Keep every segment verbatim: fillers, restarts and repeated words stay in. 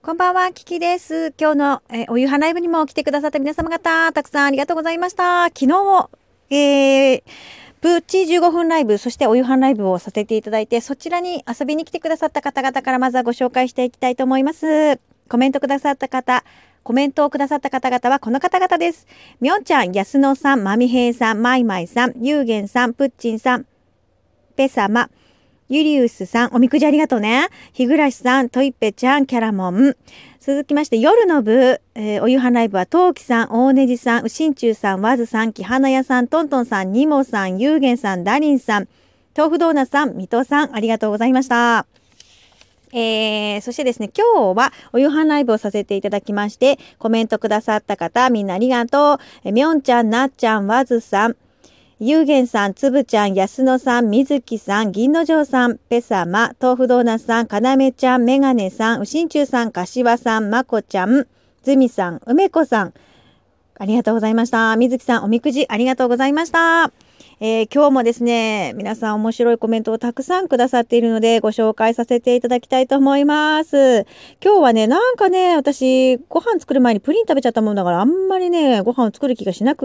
こんばんは、キキです。今日の、えーお夕飯ライブにも来てくださった皆様方、たくさんありがとうございました。昨日も、えー、プチじゅうごふんライブ、そしてお夕飯ライブをさせていただいて、そちらに遊びに来てくださった方々からまずはご紹介していきたいと思います。コメントくださった方、コメントをくださった方々はこの方々です。みょんちゃん、やすのさん、まみへいさん、まいまいさん、ゆうげんさん、ぷっちんさん、ぺさま、ゆりうすさん、おみくじありがとうね。ひぐらしさん、といっぺちゃん、キャラモン。続きまして、夜の部、えーお夕飯ライブは、とうきさん、大ねじさん、うしんちゅうさん、わずさん、きはなやさん、とんとんさん、にもさん、ゆうげんさん、だりんさん、豆腐ドーナツさん、みとさん、ありがとうございました。えー、そしてですね、今日はお夕飯ライブをさせていただきまして、コメントくださった方、みんなありがとう。えみょんちゃん、なっちゃん、わずさん、ゆうげんさん、つぶちゃん、やすのさん、みずきさん、銀の城さん、ぺさま、豆腐ドーナツさん、かなめちゃん、めがねさん、うしんちゅうさん、かしわさん、まこちゃん、ずみさん、うめこさん、ありがとうございました。みずきさん、おみくじありがとうございました。えー今日もですね、皆さん面白いコメントをたくさんくださっているので、ご紹介させていただきたいと思います。今日はね、なんかね、私、ご飯作る前にプリン食べちゃったもんだから、あんまりね、ご飯を作る気がしなくって、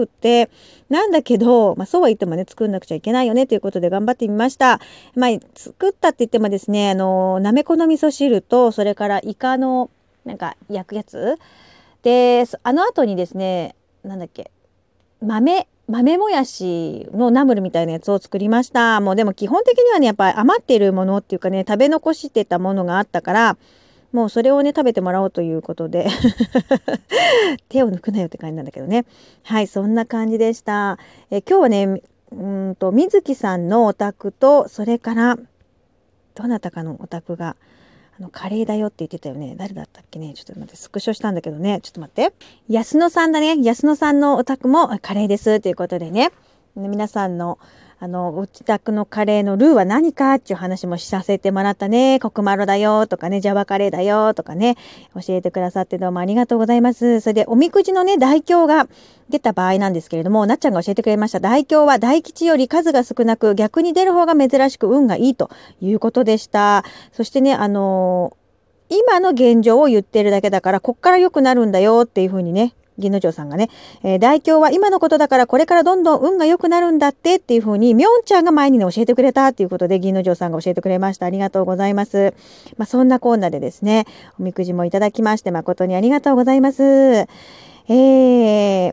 なんだけど、まあそうは言ってもね、作んなくちゃいけないよねということで頑張ってみました。まあ、作ったって言ってもですね、あの、なめこの味噌汁と、それからイカの、なんか焼くやつで、そあの後にですね、なんだっけ、豆、豆もやしのナムルみたいなやつを作りました。もうでも基本的にはね、やっぱり余っているものっていうかね、食べ残してたものがあったから、もうそれをね、食べてもらおうということで手を抜くなよって感じなんだけどね。はい、そんな感じでした。え今日はね、うーんと、みずきさんのお宅と、それから、どなたかのお宅が、あの、カレーだよって言ってたよね。誰だったっけね。ちょっと待って、スクショしたんだけどね。ちょっと待って。安野さんだね。安野さんのお宅もカレーです。ということでね。皆さんの、あの、お自宅のカレーのルーは何かっていう話もさせてもらったね。コクマロだよとかね、ジャワカレーだよとかね、教えてくださってどうもありがとうございます。それで、おみくじのね、大凶が出た場合なんですけれども、なっちゃんが教えてくれました。大凶は大吉より数が少なく、逆に出る方が珍しく運がいいということでした。そしてね、あのー今の現状を言ってるだけだから、こっから良くなるんだよっていうふうにね、銀之丞さんがね、えー大凶は今のことだからこれからどんどん運が良くなるんだってっていうふうに、みょんちゃんが前にね、教えてくれたっていうことで、銀之丞さんが教えてくれました。ありがとうございます。まあ、そんなこんなでですね、おみくじもいただきまして、誠にありがとうございます。えー、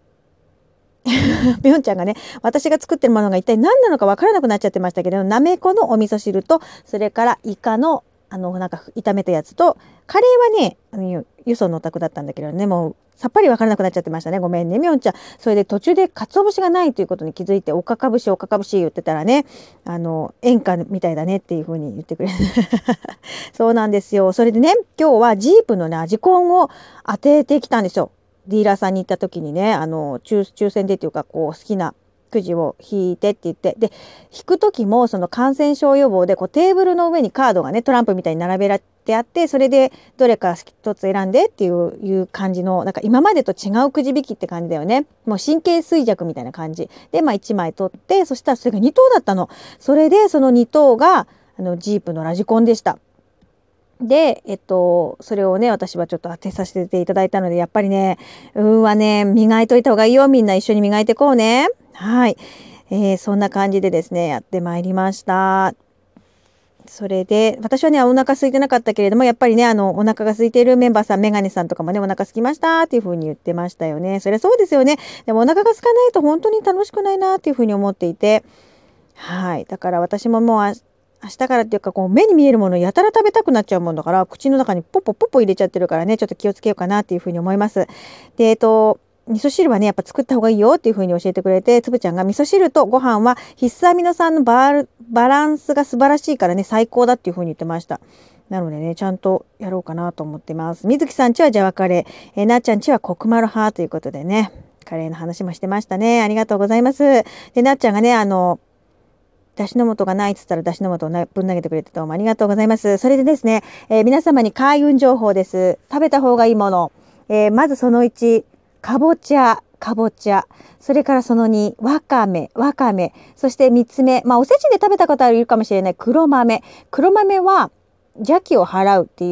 みょんちゃんがね、私が作ってるものが一体何なのかわからなくなっちゃってましたけど、なめこのお味噌汁と、それからイカの、あの、なんか炒めたやつと、カレーはね、あのゆそのお宅だったんだけどね、もうさっぱりわからなくなっちゃってましたね。ごめんね、みょんちゃん。それで途中で鰹節がないということに気づいて、おかか節、おかか節言ってたらね、あの、演歌みたいだねっていう風に言ってくれる。そうなんですよ。それでね、今日はジープのね、味コンを当ててきたんですよ。ディーラーさんに行った時にね、あの、抽、抽選でっていうか、こう、好きなくじを引いてって言って、で、引く時も、その感染症予防で、こう、テーブルの上にカードがね、トランプみたいに並べられてあって、それで、どれか一つ選んでっていう、いう感じの、なんか今までと違うくじ引きって感じだよね。もう神経衰弱みたいな感じ。で、まあ、いちまい取って、そしたらそれがに等だったの。それで、そのに等が、あの、ジープのラジコンでした。で、えっと、それをね、私はちょっと当てさせていただいたので、やっぱりね、運はね、磨いといた方がいいよ。みんな一緒に磨いていこうね。はい。えーそんな感じでですね、やってまいりました。それで、私はね、お腹空いてなかったけれども、やっぱりね、あの、お腹が空いているメンバーさん、メガネさんとかもね、お腹空きましたっていうふうに言ってましたよね。そりゃそうですよね。でもお腹が空かないと本当に楽しくないなっていうふうに思っていて、はい。だから私ももうあ明日からっていうか、こう目に見えるものをやたら食べたくなっちゃうもんだから、口の中にポッポポッポ入れちゃってるからね、ちょっと気をつけようかなっていうふうに思います。で、えっと、味噌汁はね、やっぱ作った方がいいよっていうふうに教えてくれて、つぶちゃんが味噌汁とご飯は必須アミノ酸のバールバランスが素晴らしいからね、最高だっていうふうに言ってました。なのでね、ちゃんとやろうかなと思ってます。みずきさんちはジャワカレー、えーなっちゃんちはコクマロ派ということでね、カレーの話もしてましたね。ありがとうございます。で、なっちゃんがね、あの、だしの素がないっつったらだしの素をなぶん投げてくれてどうもありがとうございます。それでですね、えー皆様に開運情報です。食べた方がいいもの。えーまずそのいち、かぼちゃ、かぼちゃ。それからそのに、わかめ、わかめ。そしてみっつめ、まあおせちで食べたことあるかもしれない黒豆。黒豆は邪気を払うっていう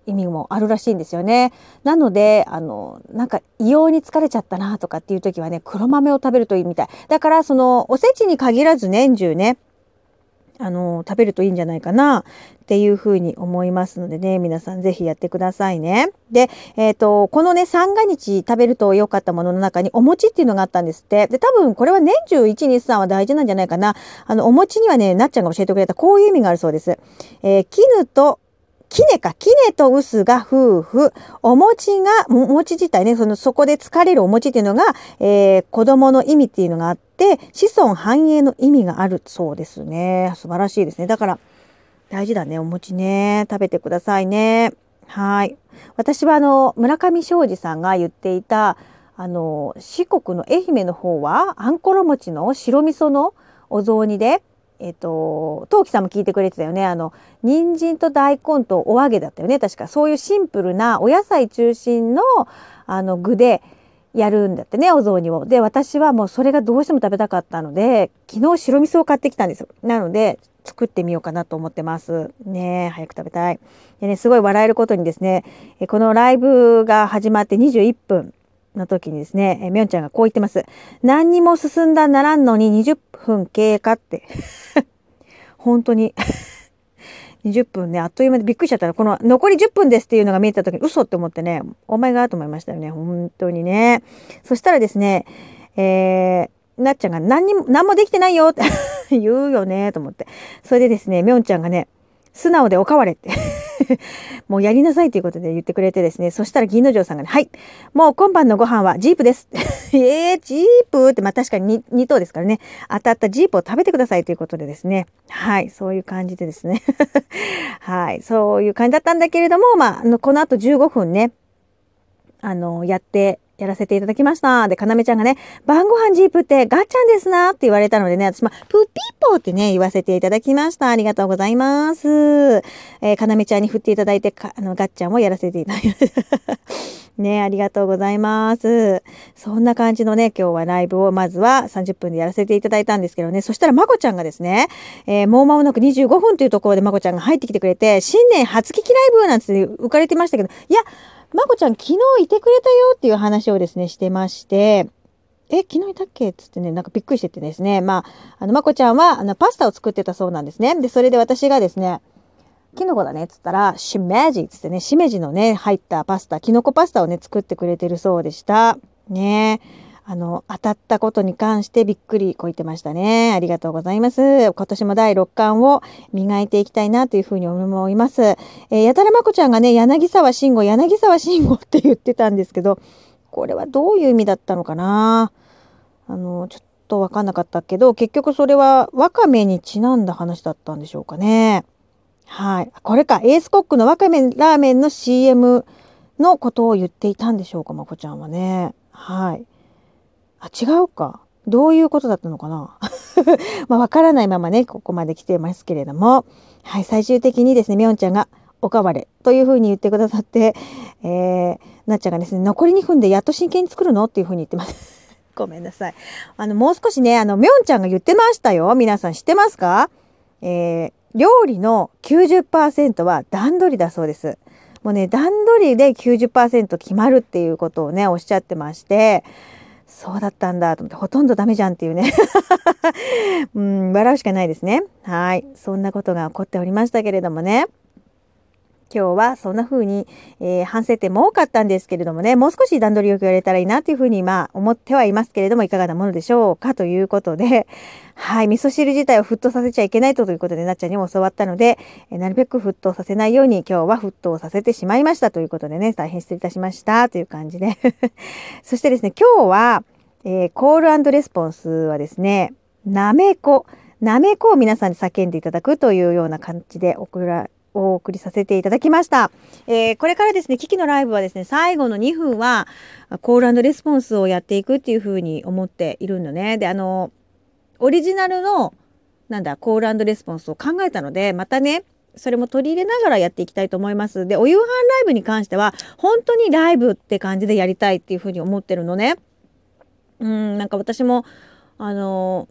意味もあるらしいんですよね。なのであのなんか異様に疲れちゃったなとかっていう時はね、黒豆を食べるといいみたい。だからそのおせちに限らず年中ね、あの食べるといいんじゃないかなっていうふうに思いますのでね、皆さんぜひやってくださいね。で、えーと、このね三が日食べると良かったものの中にお餅っていうのがあったんですって。で、多分これは年中いち、に、さんは大事なんじゃないかな。あのお餅にはね、なっちゃんが教えてくれたこういう意味があるそうです。えー、絹と杵か、杵と臼が夫婦、お餅が、お餅自体ね、その、そこで疲れるお餅っていうのが、えー、子供の意味っていうのがあって、子孫繁栄の意味があるそうですね。素晴らしいですね。だから、大事だね、お餅ね。食べてくださいね。はい。私は、あの、村上昌司さんが言っていた、あの、四国の愛媛の方は、あんころ餅の白味噌のお雑煮で、えっと、陶器さんも聞いてくれてたよね。あの、人参と大根とお揚げだったよね。確か。そういうシンプルなお野菜中心の、あの、具でやるんだってね、お雑煮を。で、私はもうそれがどうしても食べたかったので、昨日白味噌を買ってきたんですよ。なので、作ってみようかなと思ってます。ねえ、早く食べたい。でね、すごい笑えることにですね、このライブが始まってにじゅういっぷん。の時にですね、えみょんちゃんがこう言ってます。何にも進んだならんのににじゅっぷん経過って。本当に。にじゅっぷんね、あっという間でびっくりしちゃったら、この残りじゅっぷんですっていうのが見えた時に嘘って思ってね、お前がと思いましたよね。本当にね。そしたらですね、えー、なっちゃんが何にも、何もできてないよって言うよねと思って。それでですね、みょんちゃんがね、素直でおかわれってもうやりなさいということで言ってくれてですね、そしたら銀之丞さんがね、はい、もう今晩のご飯はジープです。えー、ジープって、まあ確かに 2, に頭ですからね、当たったジープを食べてくださいということでですね、はい、そういう感じでですね、はい、そういう感じだったんだけれども、まあ、あのこの後じゅうごふんね、あの、やって、やらせていただきました。で、かなめちゃんがね、晩ご飯ジープってガッチャンですなって言われたのでね、私も、プピーポーってね、言わせていただきました。ありがとうございます。えー、かなめちゃんに振っていただいて、かあの、ガッチャンをやらせていただきました。ね、ありがとうございます。そんな感じのね、今日はライブをまずはさんじゅっぷんでやらせていただいたんですけどね、そしたらまこちゃんがですね、えー、もう間もなくにじゅうごふんというところでまこちゃんが入ってきてくれて、新年初聞きライブなんて浮かれてましたけど、いや、まこちゃん昨日いてくれたよっていう話をですね、してまして、え、昨日いたっけつってね、なんかびっくりしててですね、まあ、あの、まこちゃんは、あの、パスタを作ってたそうなんですね。で、それで私がですね、キノコだねっつったら、しめじっつってね、しめじのね、入ったパスタ、キノコパスタをね、作ってくれてるそうでした。ねあの、当たったことに関してびっくりこいてましたね。ありがとうございます。今年もだいろっかんを磨いていきたいなというふうに思います。えー、やたらまこちゃんがね、柳沢慎吾、柳沢慎吾って言ってたんですけど、これはどういう意味だったのかな？あの、ちょっとわかんなかったけど、結局それはわかめにちなんだ話だったんでしょうかね。はい。これか、エースコックのわかめラーメンの シーエム のことを言っていたんでしょうか、まこちゃんはね。はい。あ、違うか。どういうことだったのかなまあ、わからないままね、ここまで来てますけれども。はい、最終的にですね、みょんちゃんが、おかわれというふうに言ってくださって、えー、なっちゃんがですね、残りにふんでやっと真剣に作るのっていうふうに言ってます。ごめんなさい。あの、もう少しね、あの、みょんちゃんが言ってましたよ。皆さん知ってますか？えー、料理の きゅうじゅっパーセント は段取りだそうです。もうね、段取りで きゅうじゅっパーセント 決まるっていうことをね、おっしゃってまして、そうだったんだと思って、ほとんどダメじゃんっていうね。うん、笑うしかないですね。はい。そんなことが起こっておりましたけれどもね。今日はそんな風に、えー、反省点も多かったんですけれどもね、もう少し段取りよく言われたらいいなという風にまあ思ってはいますけれども、いかがなものでしょうかということで、はい、味噌汁自体を沸騰させちゃいけないということでなっちゃんにも教わったので、えー、なるべく沸騰させないように今日は沸騰させてしまいましたということでね、大変失礼いたしましたという感じで。そしてですね、今日は、えー、コール&レスポンスはですね、なめこ、なめこを皆さんに叫んでいただくというような感じで送らお送りさせていただきました。えー、これからですね、キキのライブはですね、最後のにふんはコール&レスポンスをやっていくっていうふうに思っているのね。で、あの、オリジナルの、なんだ、コール&レスポンスを考えたので、またね、それも取り入れながらやっていきたいと思います。で、お夕飯ライブに関しては、本当にライブって感じでやりたいっていうふうに思ってるのね。うん、なんか私も、あの、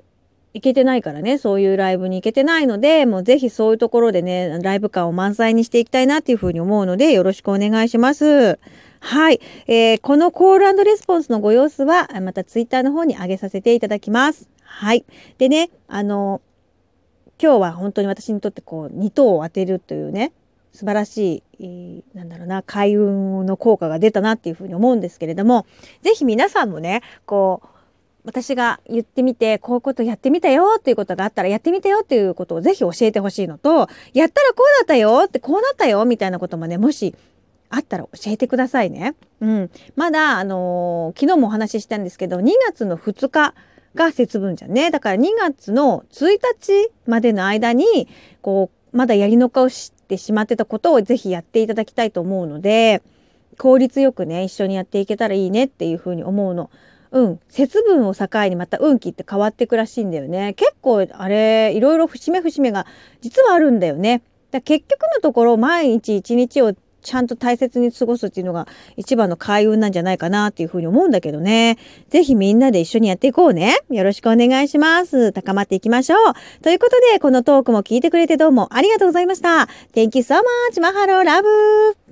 行けてないからね、そういうライブに行けてないので、もうぜひそういうところでね、ライブ感を満載にしていきたいなっていうふうに思うので、よろしくお願いします。はい。えー、このコール&レスポンスのご様子は、またツイッターの方に上げさせていただきます。はい。でね、あの、今日は本当に私にとってこう、に等を当てるというね、素晴らしい、えーなんだろうな、開運の効果が出たなっていうふうに思うんですけれども、ぜひ皆さんもね、こう、私が言ってみて、こういうことやってみたよっていうことがあったら、やってみたよっていうことをぜひ教えてほしいのと、やったらこうだったよって、こうなったよみたいなこともね、もしあったら教えてくださいね。うん。まだ、あのー昨日もお話ししたんですけど、にがつのふつかが節分じゃんね。だからにがつのついたちまでの間に、こう、まだやり残してしまってたことをぜひやっていただきたいと思うので、効率よくね、一緒にやっていけたらいいねっていうふうに思うの。うん。節分を境にまた運気って変わってくらしいんだよね。結構、あれ、いろいろ節目節目が実はあるんだよね。だ結局のところ、毎日一日をちゃんと大切に過ごすっていうのが一番の開運なんじゃないかなっていうふうに思うんだけどね。ぜひみんなで一緒にやっていこうね。よろしくお願いします。高まっていきましょう。ということで、このトークも聞いてくれてどうもありがとうございました。Thank you so much. マハローラブ